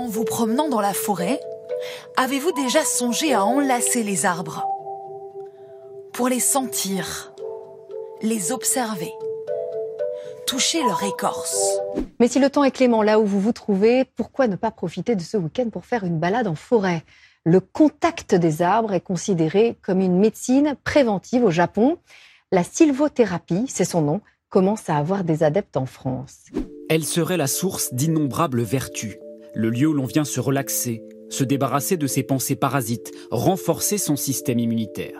En vous promenant dans la forêt, avez-vous déjà songé à enlacer les arbres pour les sentir, les observer, toucher leur écorce? Mais si le temps est clément là où vous vous trouvez, pourquoi ne pas profiter de ce week-end pour faire une balade en forêt ? Le contact des arbres est considéré comme une médecine préventive au Japon. La sylvothérapie, c'est son nom, commence à avoir des adeptes en France. Elle serait la source d'innombrables vertus. Le lieu où l'on vient se relaxer, se débarrasser de ses pensées parasites, renforcer son système immunitaire.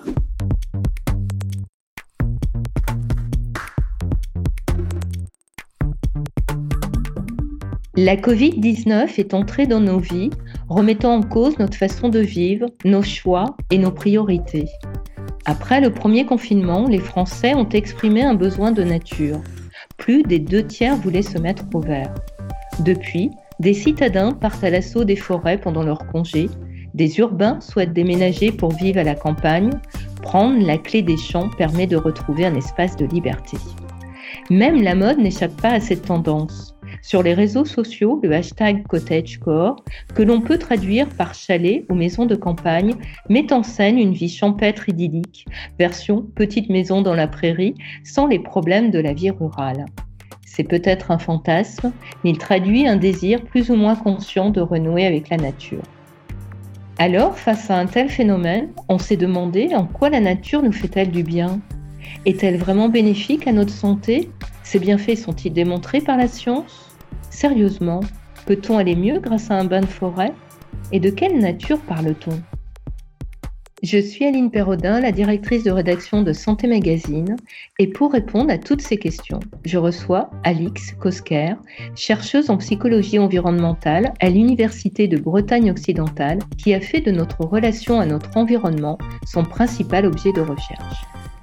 La Covid-19 est entrée dans nos vies, remettant en cause notre façon de vivre, nos choix et nos priorités. Après le premier confinement, les Français ont exprimé un besoin de nature. Plus des 2/3 voulaient se mettre au vert. Depuis, des citadins partent à l'assaut des forêts pendant leurs congés, des urbains souhaitent déménager pour vivre à la campagne, prendre la clé des champs permet de retrouver un espace de liberté. Même la mode n'échappe pas à cette tendance. Sur les réseaux sociaux, le hashtag cottagecore, que l'on peut traduire par chalet ou maison de campagne, met en scène une vie champêtre idyllique, version petite maison dans la prairie, sans les problèmes de la vie rurale. C'est peut-être un fantasme, mais il traduit un désir plus ou moins conscient de renouer avec la nature. Alors, face à un tel phénomène, on s'est demandé en quoi la nature nous fait-elle du bien ? Est-elle vraiment bénéfique à notre santé ? Ces bienfaits sont-ils démontrés par la science ? Sérieusement, peut-on aller mieux grâce à un bain de forêt ? Et de quelle nature parle-t-on ? Je suis Aline Perrodin, la directrice de rédaction de Santé Magazine, et pour répondre à toutes ces questions, je reçois Alix Kosker, chercheuse en psychologie environnementale à l'Université de Bretagne occidentale, qui a fait de notre relation à notre environnement son principal objet de recherche.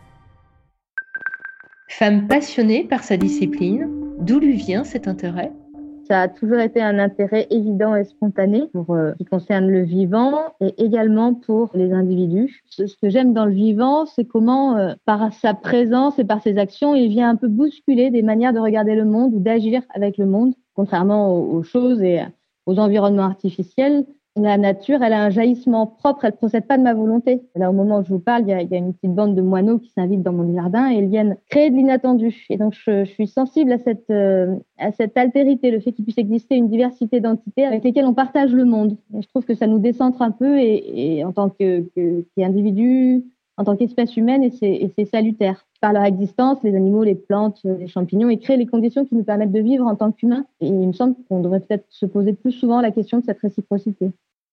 Femme passionnée par sa discipline, d'où lui vient cet intérêt ? Ça a toujours été un intérêt évident et spontané pour ce qui concerne le vivant et également pour les individus. Ce que j'aime dans le vivant, c'est comment, par sa présence et par ses actions, il vient un peu bousculer des manières de regarder le monde ou d'agir avec le monde, contrairement aux choses et aux environnements artificiels. La nature, elle a un jaillissement propre, elle ne procède pas de ma volonté. Là, au moment où je vous parle, il y a une petite bande de moineaux qui s'invitent dans mon jardin et ils viennent créer de l'inattendu. Et donc, je suis sensible à cette altérité, le fait qu'il puisse exister une diversité d'entités avec lesquelles on partage le monde. Et je trouve que ça nous décentre un peu et en tant qu'individu, en tant qu'espèce humaine, et c'est salutaire. Par leur existence, les animaux, les plantes, les champignons, ils créent les conditions qui nous permettent de vivre en tant qu'humains. Et il me semble qu'on devrait peut-être se poser plus souvent la question de cette réciprocité.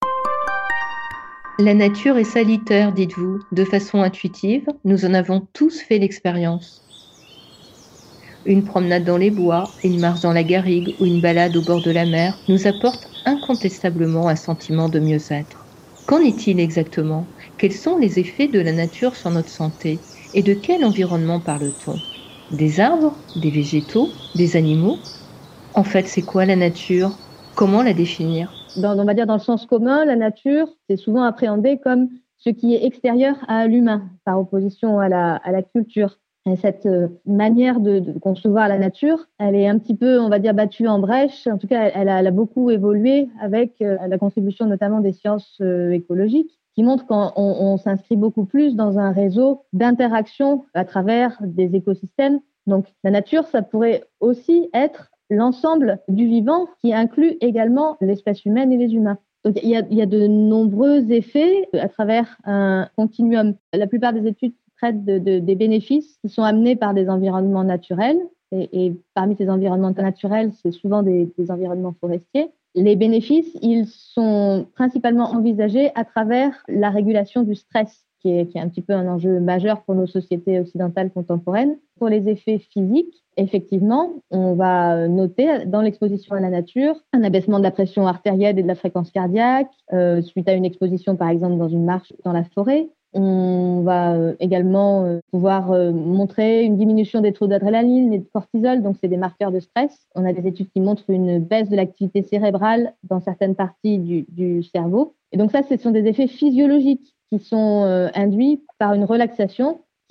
La nature est salutaire, dites-vous, de façon intuitive. Nous en avons tous fait l'expérience. Une promenade dans les bois, une marche dans la garrigue ou une balade au bord de la mer nous apportent incontestablement un sentiment de mieux-être. Qu'en est-il exactement ? Quels sont les effets de la nature sur notre santé ? Et de quel environnement parle-t-on ? Des arbres ? Des végétaux ? Des animaux ? En fait, c'est quoi la nature ? Comment la définir ? On va dire dans le sens commun, la nature, c'est souvent appréhendé comme ce qui est extérieur à l'humain, par opposition à la culture. Et cette manière de concevoir la nature, elle est un petit peu, on va dire, battue en brèche. En tout cas, elle a beaucoup évolué avec la contribution notamment des sciences écologiques, qui montre qu'on s'inscrit beaucoup plus dans un réseau d'interaction à travers des écosystèmes. Donc, la nature, ça pourrait aussi être l'ensemble du vivant qui inclut également l'espèce humaine et les humains. Donc, il y a de nombreux effets à travers un continuum. La plupart des études traitent des bénéfices qui sont amenés par des environnements naturels. Et parmi ces environnements naturels, c'est souvent des environnements forestiers. Les bénéfices, ils sont principalement envisagés à travers la régulation du stress, qui est un petit peu un enjeu majeur pour nos sociétés occidentales contemporaines. Pour les effets physiques, effectivement, on va noter dans l'exposition à la nature un abaissement de la pression artérielle et de la fréquence cardiaque, suite à une exposition par exemple dans une marche dans la forêt. On va également pouvoir montrer une diminution des taux d'adrénaline et de cortisol, donc c'est des marqueurs de stress. On a des études qui montrent une baisse de l'activité cérébrale dans certaines parties du cerveau. Et donc ça, ce sont des effets physiologiques qui sont induits par une relaxation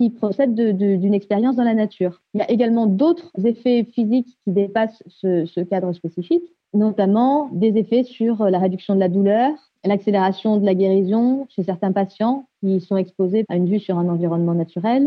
qui procède d'une expérience dans la nature. Il y a également d'autres effets physiques qui dépassent ce cadre spécifique, notamment des effets sur la réduction de la douleur, l'accélération de la guérison chez certains patients qui sont exposés à une vue sur un environnement naturel.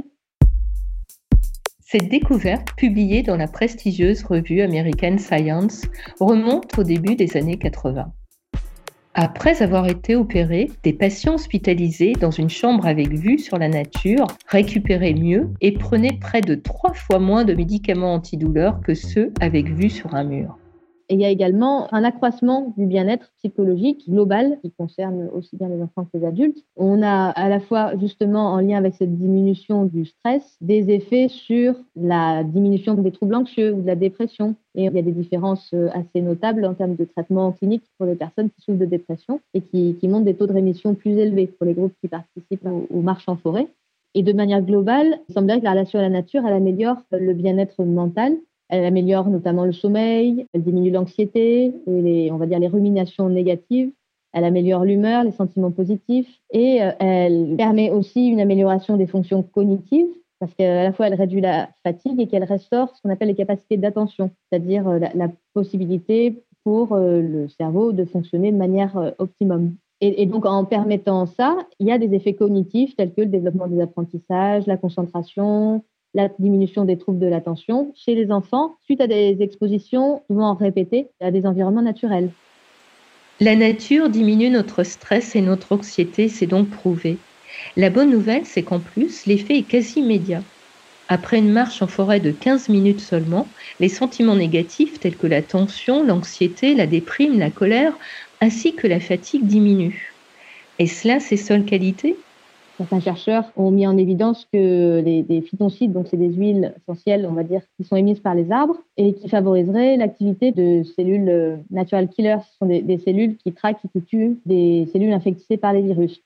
Cette découverte, publiée dans la prestigieuse revue American Science, remonte au début des années 80. Après avoir été opérés, des patients hospitalisés dans une chambre avec vue sur la nature récupéraient mieux et prenaient près de 3 fois moins de médicaments antidouleurs que ceux avec vue sur un mur. Et il y a également un accroissement du bien-être psychologique global qui concerne aussi bien les enfants que les adultes. On a à la fois, justement, en lien avec cette diminution du stress, des effets sur la diminution des troubles anxieux ou de la dépression. Et il y a des différences assez notables en termes de traitement clinique pour les personnes qui souffrent de dépression et qui montrent des taux de rémission plus élevés pour les groupes qui participent aux marches en forêt. Et de manière globale, il semblerait que la relation à la nature, elle améliore le bien-être mental. Elle améliore notamment le sommeil, elle diminue l'anxiété et on va dire les ruminations négatives. Elle améliore l'humeur, les sentiments positifs et elle permet aussi une amélioration des fonctions cognitives parce qu'à la fois elle réduit la fatigue et qu'elle restaure ce qu'on appelle les capacités d'attention, c'est-à-dire la possibilité pour le cerveau de fonctionner de manière optimum. Et donc, en permettant ça, il y a des effets cognitifs tels que le développement des apprentissages, la concentration, la diminution des troubles de l'attention chez les enfants suite à des expositions souvent répétées à des environnements naturels. La nature diminue notre stress et notre anxiété, c'est donc prouvé. La bonne nouvelle, c'est qu'en plus, l'effet est quasi immédiat. Après une marche en forêt de 15 minutes seulement, les sentiments négatifs tels que la tension, l'anxiété, la déprime, la colère, ainsi que la fatigue diminuent. Est-ce là ses seules qualités ? Certains chercheurs ont mis en évidence que les phytoncides, donc c'est des huiles essentielles, on va dire, qui sont émises par les arbres et qui favoriseraient l'activité de cellules natural killers. Ce sont des cellules qui traquent et qui tuent des cellules infectées par les virus.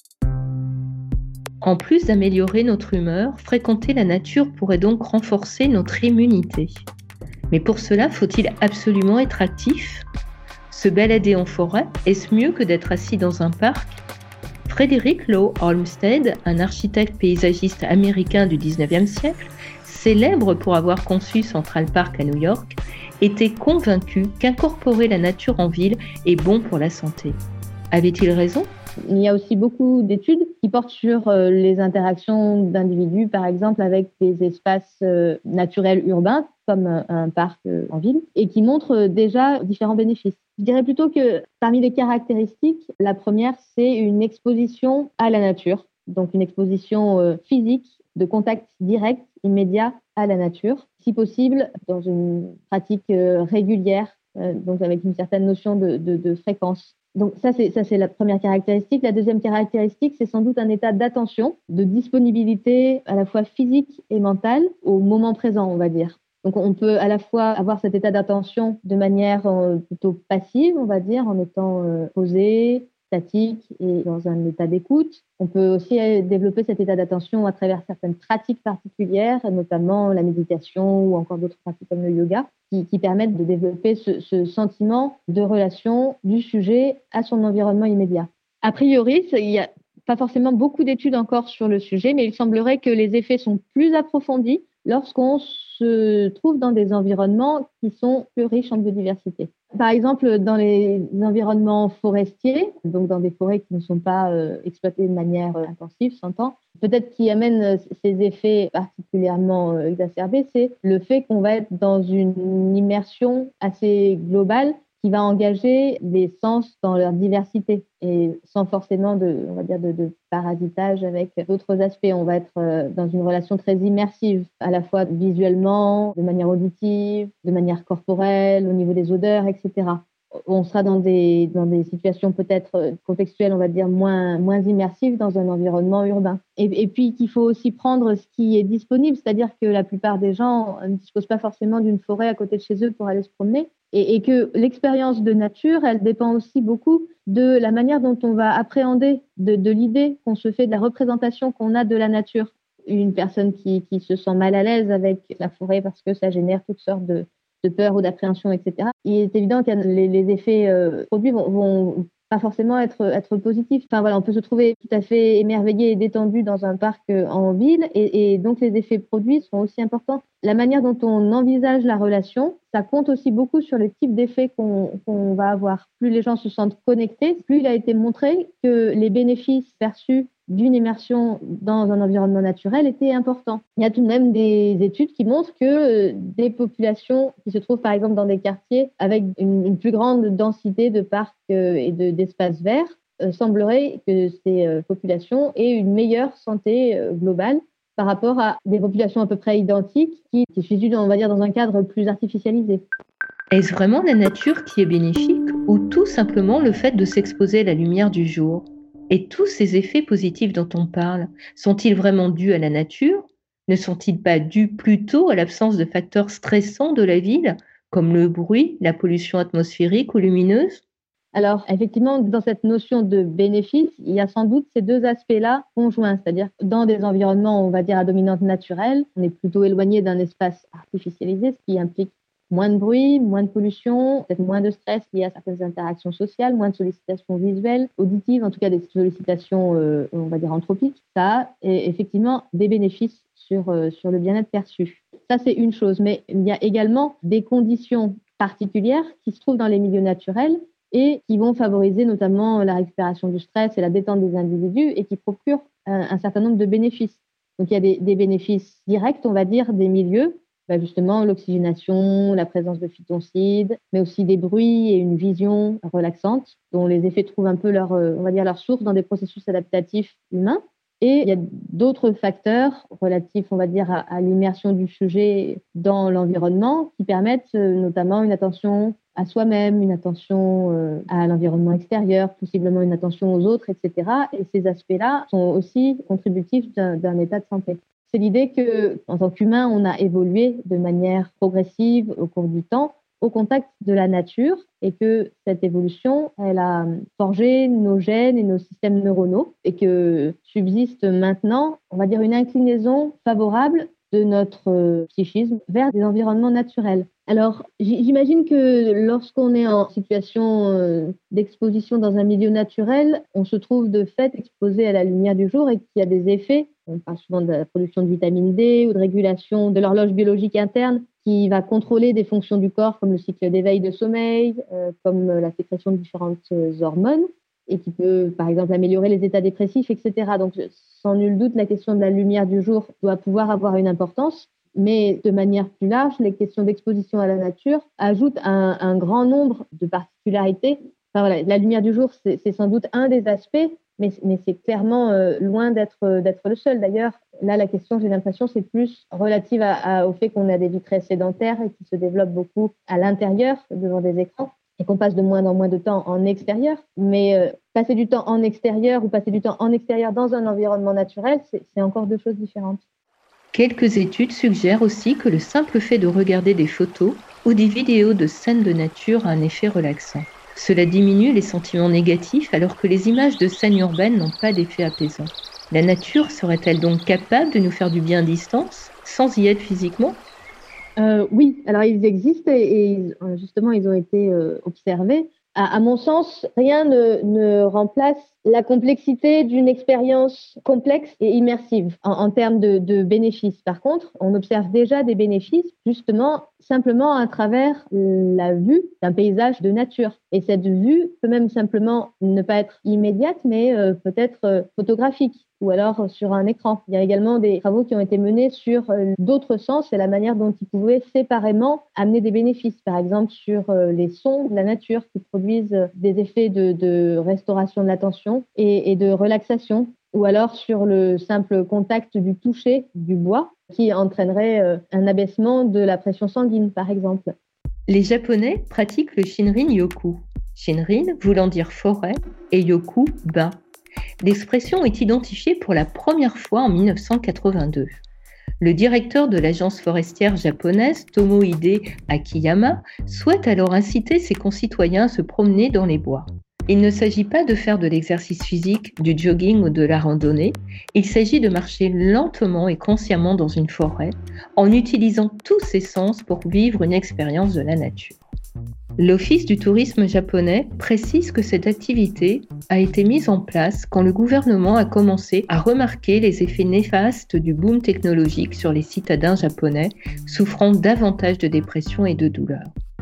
En plus d'améliorer notre humeur, fréquenter la nature pourrait donc renforcer notre immunité. Mais pour cela, faut-il absolument être actif ? Se balader en forêt, est-ce mieux que d'être assis dans un parc ? Frederick Law Olmsted, un architecte paysagiste américain du XIXe siècle, célèbre pour avoir conçu Central Park à New York, était convaincu qu'incorporer la nature en ville est bon pour la santé. Avait-il raison ? Il y a aussi beaucoup d'études qui portent sur les interactions d'individus, par exemple avec des espaces naturels urbains, comme un parc en ville, et qui montrent déjà différents bénéfices. Je dirais plutôt que parmi les caractéristiques, la première, c'est une exposition à la nature, donc une exposition physique, de contact direct, immédiat à la nature, si possible dans une pratique régulière, donc avec une certaine notion de fréquence. Donc ça c'est la première caractéristique. La deuxième caractéristique, c'est sans doute un état d'attention, de disponibilité à la fois physique et mentale au moment présent, on va dire. Donc on peut à la fois avoir cet état d'attention de manière plutôt passive, on va dire, en étant posé, statique et dans un état d'écoute. On peut aussi développer cet état d'attention à travers certaines pratiques particulières, notamment la méditation ou encore d'autres pratiques comme le yoga, qui permettent de développer ce sentiment de relation du sujet à son environnement immédiat. A priori, il n'y a pas forcément beaucoup d'études encore sur le sujet, mais il semblerait que les effets sont plus approfondis lorsqu'on se trouve dans des environnements qui sont plus riches en biodiversité. Par exemple, dans les environnements forestiers, donc dans des forêts qui ne sont pas exploitées de manière intensive, s'entend, peut-être qui amène ces effets particulièrement exacerbés, c'est le fait qu'on va être dans une immersion assez globale qui va engager les sens dans leur diversité et sans forcément de parasitage avec d'autres aspects. On va être dans une relation très immersive, à la fois visuellement, de manière auditive, de manière corporelle, au niveau des odeurs, etc. On sera dans des situations peut-être contextuelles, on va dire, moins immersives dans un environnement urbain. Et puis qu'il faut aussi prendre ce qui est disponible, c'est-à-dire que la plupart des gens ne disposent pas forcément d'une forêt à côté de chez eux pour aller se promener. Et que l'expérience de nature, elle dépend aussi beaucoup de la manière dont on va appréhender de l'idée qu'on se fait, de la représentation qu'on a de la nature. Une personne qui se sent mal à l'aise avec la forêt parce que ça génère toutes sortes de peur ou d'appréhension, etc. Il est évident que les effets produits vont pas forcément être positif. Enfin voilà, on peut se trouver tout à fait émerveillé et détendu dans un parc en ville et donc les effets produits sont aussi importants. La manière dont on envisage la relation, ça compte aussi beaucoup sur le type d'effet qu'on va avoir. Plus les gens se sentent connectés, plus il a été montré que les bénéfices perçus d'une immersion dans un environnement naturel était important. Il y a tout de même des études qui montrent que des populations qui se trouvent par exemple dans des quartiers avec une plus grande densité de parcs et d'espaces verts, semblerait que ces populations aient une meilleure santé globale par rapport à des populations à peu près identiques qui se situent, on va dire, dans un cadre plus artificialisé. Est-ce vraiment la nature qui est bénéfique ou tout simplement le fait de s'exposer à la lumière du jour ? Et tous ces effets positifs dont on parle, sont-ils vraiment dus à la nature ? Ne sont-ils pas dus plutôt à l'absence de facteurs stressants de la ville, comme le bruit, la pollution atmosphérique ou lumineuse ? Alors, effectivement, dans cette notion de bénéfice, il y a sans doute ces deux aspects-là conjoints, c'est-à-dire dans des environnements, on va dire, à dominante naturelle, on est plutôt éloigné d'un espace artificialisé, ce qui implique moins de bruit, moins de pollution, peut-être moins de stress lié à certaines interactions sociales, moins de sollicitations visuelles, auditives, en tout cas des sollicitations, on va dire, anthropiques. Ça a effectivement des bénéfices sur le bien-être perçu. Ça, c'est une chose, mais il y a également des conditions particulières qui se trouvent dans les milieux naturels et qui vont favoriser notamment la récupération du stress et la détente des individus et qui procurent un certain nombre de bénéfices. Donc, il y a des bénéfices directs, on va dire, des milieux, justement l'oxygénation, la présence de phytoncides, mais aussi des bruits et une vision relaxante dont les effets trouvent un peu leur source dans des processus adaptatifs humains. Et il y a d'autres facteurs relatifs, on va dire, à l'immersion du sujet dans l'environnement qui permettent notamment une attention à soi-même, une attention à l'environnement extérieur, possiblement une attention aux autres, etc. Et ces aspects-là sont aussi contributifs d'un état de santé. C'est l'idée qu'en tant qu'humain, on a évolué de manière progressive au cours du temps au contact de la nature et que cette évolution, elle a forgé nos gènes et nos systèmes neuronaux et que subsiste maintenant, on va dire, une inclinaison favorable de notre psychisme vers des environnements naturels. Alors, j'imagine que lorsqu'on est en situation d'exposition dans un milieu naturel, on se trouve de fait exposé à la lumière du jour et qu'il y a des effets. On parle souvent de la production de vitamine D ou de régulation de l'horloge biologique interne qui va contrôler des fonctions du corps comme le cycle d'éveil de sommeil, comme la sécrétion de différentes hormones et qui peut, par exemple, améliorer les états dépressifs, etc. Donc, sans nul doute, la question de la lumière du jour doit pouvoir avoir une importance. Mais de manière plus large, les questions d'exposition à la nature ajoutent un grand nombre de particularités. Enfin, voilà, la lumière du jour, c'est sans doute un des aspects, mais c'est clairement loin d'être le seul. D'ailleurs, là, la question, j'ai l'impression, c'est plus relative au fait qu'on a des vies très sédentaires et qui se développent beaucoup à l'intérieur, devant des écrans, et qu'on passe de moins en moins de temps en extérieur. Mais passer du temps en extérieur ou passer du temps en extérieur dans un environnement naturel, c'est encore deux choses différentes. Quelques études suggèrent aussi que le simple fait de regarder des photos ou des vidéos de scènes de nature a un effet relaxant. Cela diminue les sentiments négatifs alors que les images de scènes urbaines n'ont pas d'effet apaisant. La nature serait-elle donc capable de nous faire du bien à distance, sans y être physiquement ? Oui, alors ils existent et justement ils ont été observés. À mon sens, rien ne remplace la complexité d'une expérience complexe et immersive en termes de bénéfices. Par contre, on observe déjà des bénéfices justement simplement à travers la vue d'un paysage de nature. Et cette vue peut même simplement ne pas être immédiate, mais peut-être photographique ou alors sur un écran. Il y a également des travaux qui ont été menés sur d'autres sens et la manière dont ils pouvaient séparément amener des bénéfices. Par exemple, sur les sons de la nature qui produisent des effets de restauration de l'attention et de relaxation, ou alors sur le simple contact du toucher du bois qui entraînerait un abaissement de la pression sanguine, par exemple. Les Japonais pratiquent le Shinrin-yoku. Shinrin voulant dire forêt et yoku, bain. L'expression est identifiée pour la première fois en 1982. Le directeur de l'agence forestière japonaise, Tomohide Akiyama, souhaite alors inciter ses concitoyens à se promener dans les bois. Il ne s'agit pas de faire de l'exercice physique, du jogging ou de la randonnée. Il s'agit de marcher lentement et consciemment dans une forêt en utilisant tous ses sens pour vivre une expérience de la nature. L'Office du tourisme japonais précise que cette activité a été mise en place quand le gouvernement a commencé à remarquer les effets néfastes du boom technologique sur les citadins japonais souffrant davantage de dépression et de douleur.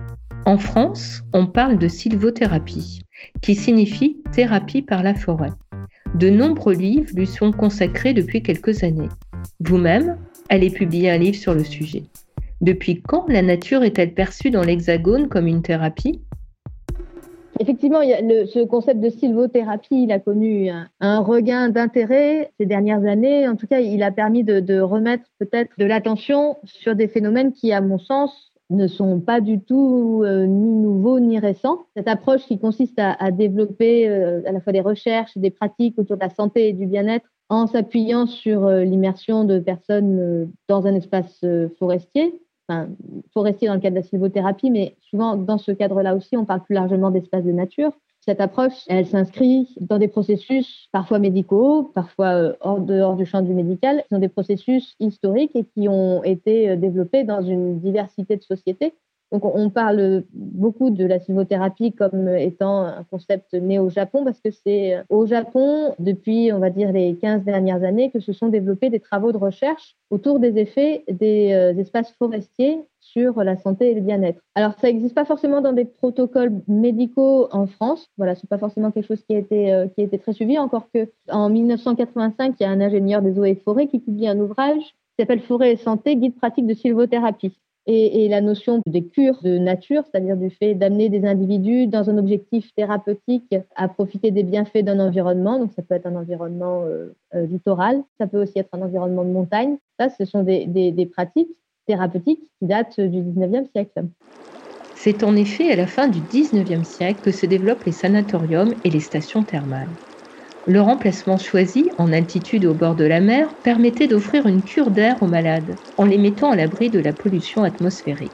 En France, on parle de sylvothérapie, qui signifie thérapie par la forêt. De nombreux livres lui sont consacrés depuis quelques années. Vous-même, allez publier un livre sur le sujet. Depuis quand la nature est-elle perçue dans l'Hexagone comme une thérapie ? Effectivement, ce concept de sylvothérapie, il a connu un regain d'intérêt ces dernières années. En tout cas, il a permis de remettre peut-être de l'attention sur des phénomènes qui, à mon sens, ne sont pas du tout ni nouveaux ni récents. Cette approche qui consiste à développer à la fois des recherches et des pratiques autour de la santé et du bien-être en s'appuyant sur l'immersion de personnes dans un espace forestier dans le cadre de la sylvothérapie, mais souvent dans ce cadre-là aussi, on parle plus largement d'espace de nature. Cette approche, elle s'inscrit dans des processus parfois médicaux, parfois hors du champ du médical, qui sont des processus historiques et qui ont été développés dans une diversité de sociétés. Donc on parle beaucoup de la sylvothérapie comme étant un concept né au Japon parce que c'est au Japon, depuis on va dire les 15 dernières années, que se sont développés des travaux de recherche autour des effets des espaces forestiers sur la santé et le bien-être. Alors ça n'existe pas forcément dans des protocoles médicaux en France. Voilà, c'est pas forcément quelque chose qui a été très suivi, encore que en 1985, il y a un ingénieur des eaux et forêts qui publie un ouvrage qui s'appelle Forêt et santé, guide pratique de sylvothérapie. Et la notion des cures de nature, c'est-à-dire du fait d'amener des individus dans un objectif thérapeutique à profiter des bienfaits d'un environnement. Donc, ça peut être un environnement littoral, ça peut aussi être un environnement de montagne. Ça, ce sont des pratiques thérapeutiques qui datent du 19e siècle. C'est en effet à la fin du 19e siècle que se développent les sanatoriums et les stations thermales. Leur emplacement choisi, en altitude au bord de la mer, permettait d'offrir une cure d'air aux malades, en les mettant à l'abri de la pollution atmosphérique.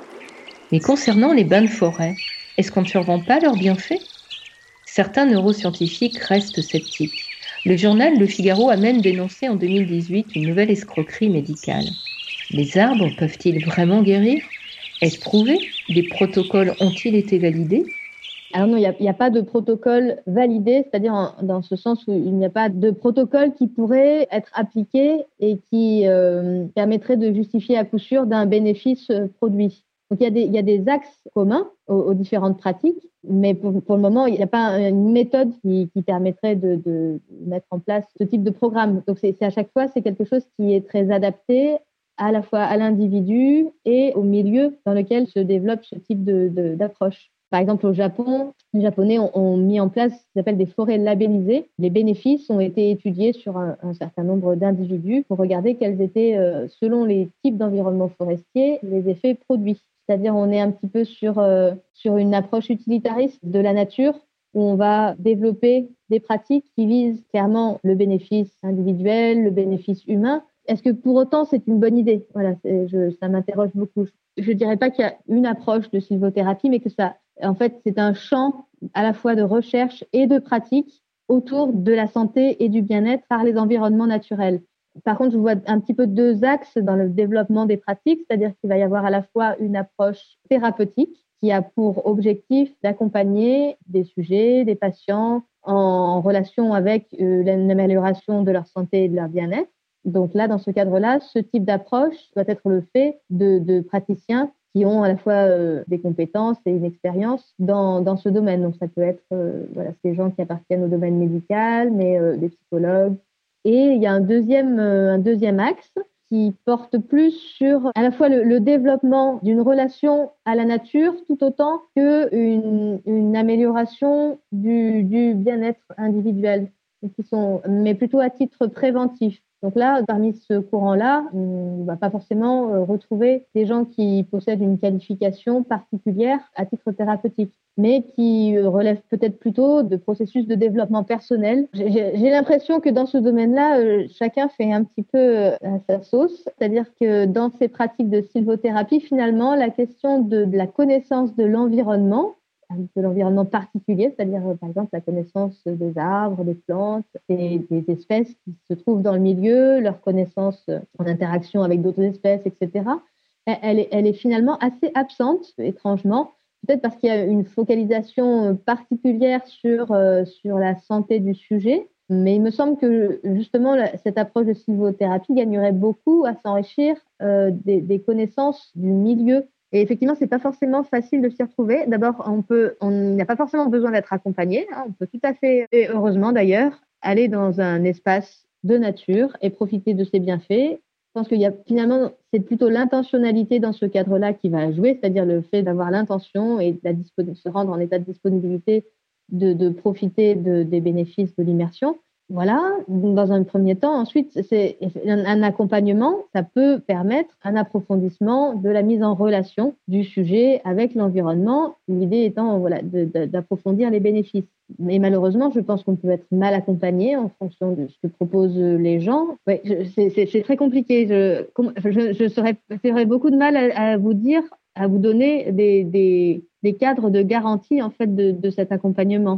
Mais concernant les bains de forêt, est-ce qu'on ne survend pas leurs bienfaits ? Certains neuroscientifiques restent sceptiques. Le journal Le Figaro a même dénoncé en 2018 une nouvelle escroquerie médicale. Les arbres peuvent-ils vraiment guérir ? Est-ce prouvé ? Des protocoles ont-ils été validés ? Alors non, il n'y a pas de protocole validé, c'est-à-dire dans ce sens où il n'y a pas de protocole qui pourrait être appliqué et qui permettrait de justifier à coup sûr d'un bénéfice produit. Donc il y a des axes communs aux différentes pratiques, mais pour le moment, il n'y a pas une méthode qui permettrait de mettre en place ce type de programme. Donc c'est à chaque fois, c'est quelque chose qui est très adapté à la fois à l'individu et au milieu dans lequel se développe ce type d'approche. Par exemple, au Japon, les Japonais ont mis en place ce qu'ils appellent des forêts labellisées. Les bénéfices ont été étudiés sur un certain nombre d'individus pour regarder quels étaient, selon les types d'environnements forestiers, les effets produits. C'est-à-dire on est un petit peu sur une approche utilitariste de la nature où on va développer des pratiques qui visent clairement le bénéfice individuel, le bénéfice humain. Est-ce que pour autant c'est une bonne idée ? Voilà, ça m'interroge beaucoup. Je ne dirais pas qu'il y a une approche de sylvothérapie, mais que en fait, c'est un champ à la fois de recherche et de pratique autour de la santé et du bien-être par les environnements naturels. Par contre, je vois un petit peu deux axes dans le développement des pratiques, c'est-à-dire qu'il va y avoir à la fois une approche thérapeutique qui a pour objectif d'accompagner des sujets, des patients en relation avec l'amélioration de leur santé et de leur bien-être. Donc là, dans ce cadre-là, ce type d'approche doit être le fait de praticiens qui ont à la fois des compétences et une expérience dans ce domaine. Donc ça peut être ces gens qui appartiennent au domaine médical, mais des psychologues. Et il y a un deuxième axe qui porte plus sur à la fois le développement d'une relation à la nature tout autant qu'une amélioration du bien-être individuel, mais plutôt à titre préventif. Donc là, parmi ce courant-là, on ne va pas forcément retrouver des gens qui possèdent une qualification particulière à titre thérapeutique, mais qui relèvent peut-être plutôt de processus de développement personnel. J'ai l'impression que dans ce domaine-là, chacun fait un petit peu à sa sauce, c'est-à-dire que dans ces pratiques de sylvothérapie, finalement, la question de la connaissance de l'environnement particulier, c'est-à-dire par exemple la connaissance des arbres, des plantes, des espèces qui se trouvent dans le milieu, leur connaissance en interaction avec d'autres espèces, etc. Elle est finalement assez absente, étrangement, peut-être parce qu'il y a une focalisation particulière sur la santé du sujet. Mais il me semble que justement, cette approche de sylvothérapie gagnerait beaucoup à s'enrichir des connaissances du milieu. Et effectivement, c'est pas forcément facile de s'y retrouver. D'abord, on n'a pas forcément besoin d'être accompagné. On peut tout à fait, et heureusement d'ailleurs, aller dans un espace de nature et profiter de ses bienfaits. Je pense qu'il y a finalement, c'est plutôt l'intentionnalité dans ce cadre-là qui va jouer, c'est-à-dire le fait d'avoir l'intention et de se rendre en état de disponibilité de profiter des bénéfices de l'immersion. Voilà, dans un premier temps. Ensuite, c'est un accompagnement, ça peut permettre un approfondissement de la mise en relation du sujet avec l'environnement, l'idée étant d'approfondir les bénéfices. Mais malheureusement, je pense qu'on peut être mal accompagné en fonction de ce que proposent les gens. Ouais, c'est très compliqué. J'aurais beaucoup de mal à vous dire, à vous donner des cadres de garantie en fait de cet accompagnement.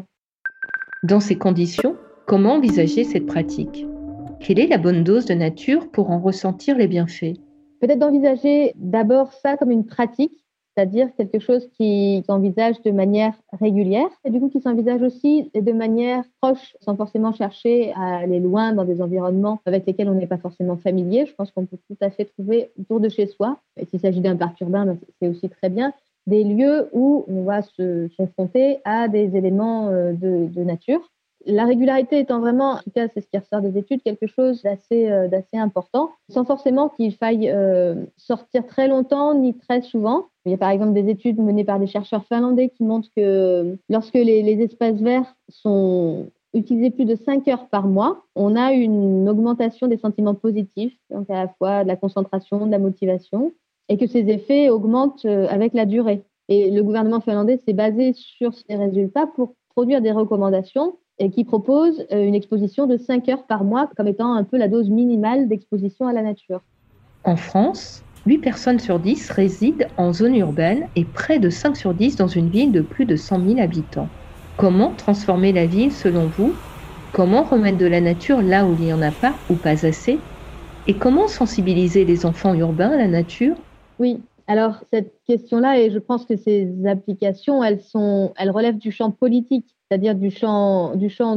Dans ces conditions, comment envisager cette pratique ? Quelle est la bonne dose de nature pour en ressentir les bienfaits ? Peut-être d'envisager d'abord ça comme une pratique, c'est-à-dire quelque chose qui s'envisage de manière régulière et du coup qui s'envisage aussi de manière proche, sans forcément chercher à aller loin dans des environnements avec lesquels on n'est pas forcément familier. Je pense qu'on peut tout à fait trouver autour de chez soi, et s'il s'agit d'un parc urbain, c'est aussi très bien, des lieux où on va se confronter à des éléments de nature. La régularité étant vraiment, en tout cas c'est ce qui ressort des études, quelque chose d'assez important, sans forcément qu'il faille sortir très longtemps ni très souvent. Il y a par exemple des études menées par des chercheurs finlandais qui montrent que lorsque les espaces verts sont utilisés plus de 5 heures par mois, on a une augmentation des sentiments positifs, donc à la fois de la concentration, de la motivation, et que ces effets augmentent avec la durée. Et le gouvernement finlandais s'est basé sur ces résultats pour produire des recommandations et qui propose une exposition de 5 heures par mois comme étant un peu la dose minimale d'exposition à la nature. En France, 8 personnes sur 10 résident en zone urbaine et près de 5 sur 10 dans une ville de plus de 100 000 habitants. Comment transformer la ville selon vous ? Comment remettre de la nature là où il n'y en a pas ou pas assez ? Et comment sensibiliser les enfants urbains à la nature ? Oui, alors cette question-là, et je pense que ces applications, elles relèvent du champ politique, c'est-à-dire du champ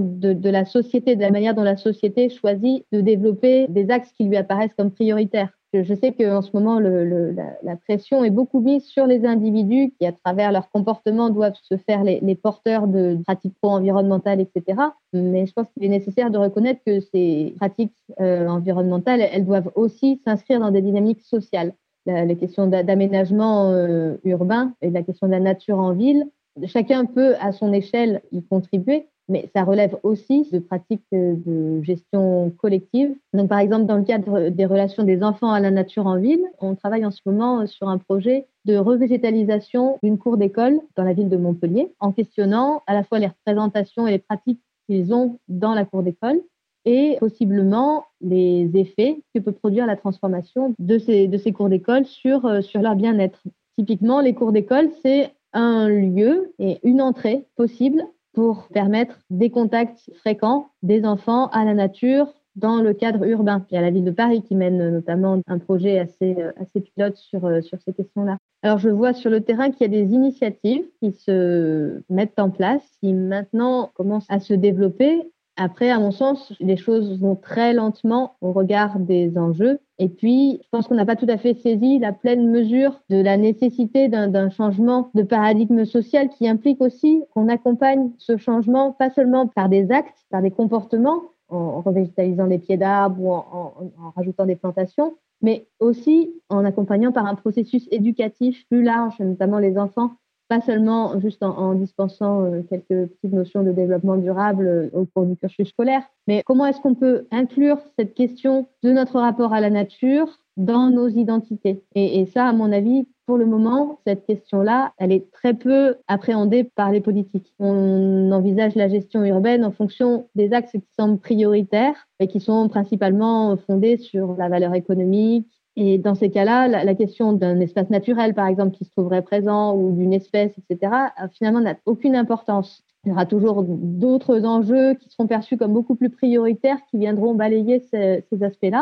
de la société, de la manière dont la société choisit de développer des axes qui lui apparaissent comme prioritaires. Je sais qu'en ce moment, la pression est beaucoup mise sur les individus qui, à travers leur comportement, doivent se faire les porteurs de pratiques pro-environnementales, etc. Mais je pense qu'il est nécessaire de reconnaître que ces pratiques environnementales, elles doivent aussi s'inscrire dans des dynamiques sociales. Les questions d'aménagement urbain et la question de la nature en ville, chacun peut à son échelle y contribuer, mais ça relève aussi de pratiques de gestion collective. Donc par exemple, dans le cadre des relations des enfants à la nature en ville, on travaille en ce moment sur un projet de revégétalisation d'une cour d'école dans la ville de Montpellier, en questionnant à la fois les représentations et les pratiques qu'ils ont dans la cour d'école, et possiblement les effets que peut produire la transformation de ces cours d'école sur leur bien-être. Typiquement, les cours d'école, c'est un lieu et une entrée possible pour permettre des contacts fréquents des enfants à la nature dans le cadre urbain. Il y a la ville de Paris qui mène notamment un projet assez pilote sur ces questions-là. Alors, je vois sur le terrain qu'il y a des initiatives qui se mettent en place, qui maintenant commencent à se développer. Après, à mon sens, les choses vont très lentement au regard des enjeux. Et puis, je pense qu'on n'a pas tout à fait saisi la pleine mesure de la nécessité d'un changement de paradigme social qui implique aussi qu'on accompagne ce changement, pas seulement par des actes, par des comportements, en revégétalisant des pieds d'arbres ou en rajoutant des plantations, mais aussi en accompagnant par un processus éducatif plus large, notamment les enfants, pas seulement juste en dispensant quelques petites notions de développement durable au cours du cursus scolaire, mais comment est-ce qu'on peut inclure cette question de notre rapport à la nature dans nos identités. Et ça, à mon avis, pour le moment, cette question-là, elle est très peu appréhendée par les politiques. On envisage la gestion urbaine en fonction des axes qui semblent prioritaires et qui sont principalement fondés sur la valeur économique. Et dans ces cas-là, la question d'un espace naturel, par exemple, qui se trouverait présent ou d'une espèce, etc., finalement, n'a aucune importance. Il y aura toujours d'autres enjeux qui seront perçus comme beaucoup plus prioritaires qui viendront balayer ces aspects-là.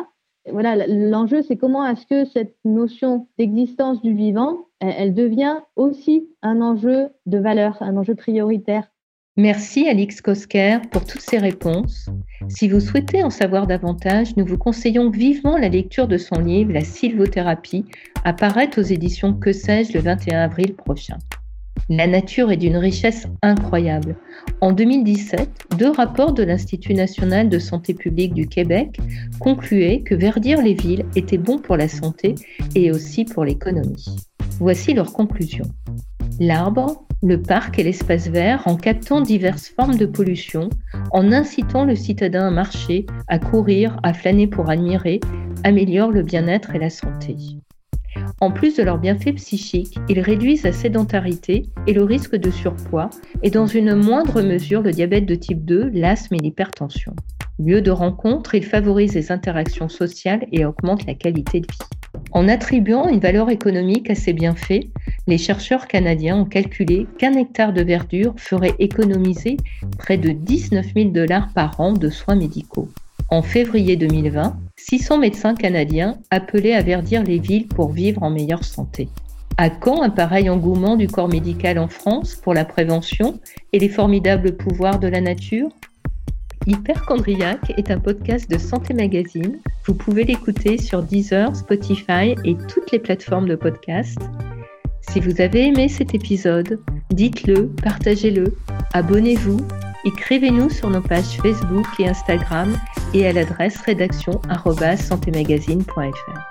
Voilà, l'enjeu, c'est comment est-ce que cette notion d'existence du vivant, elle devient aussi un enjeu de valeur, un enjeu prioritaire. Merci Alix Kosker pour toutes ces réponses. Si vous souhaitez en savoir davantage, nous vous conseillons vivement la lecture de son livre « La sylvothérapie » à paraître aux éditions Que sais-je le 21 avril prochain. La nature est d'une richesse incroyable. En 2017, 2 rapports de l'Institut national de santé publique du Québec concluaient que verdir les villes était bon pour la santé et aussi pour l'économie. Voici leurs conclusions. L'arbre, le parc et l'espace vert en captant diverses formes de pollution, en incitant le citadin à marcher, à courir, à flâner pour admirer, améliorent le bien-être et la santé. En plus de leurs bienfaits psychiques, ils réduisent la sédentarité et le risque de surpoids et dans une moindre mesure le diabète de type 2, l'asthme et l'hypertension. Lieu de rencontre, ils favorisent les interactions sociales et augmentent la qualité de vie. En attribuant une valeur économique à ces bienfaits, les chercheurs canadiens ont calculé qu'1 hectare de verdure ferait économiser près de 19 000 $ par an de soins médicaux. En février 2020, 600 médecins canadiens appelaient à verdir les villes pour vivre en meilleure santé. À quand un pareil engouement du corps médical en France pour la prévention et les formidables pouvoirs de la nature ? Hyperchondriaque est un podcast de Santé Magazine. Vous pouvez l'écouter sur Deezer, Spotify et toutes les plateformes de podcast. Si vous avez aimé cet épisode, dites-le, partagez-le, abonnez-vous, écrivez-nous sur nos pages Facebook et Instagram et à l'adresse rédaction@santemagazine.fr.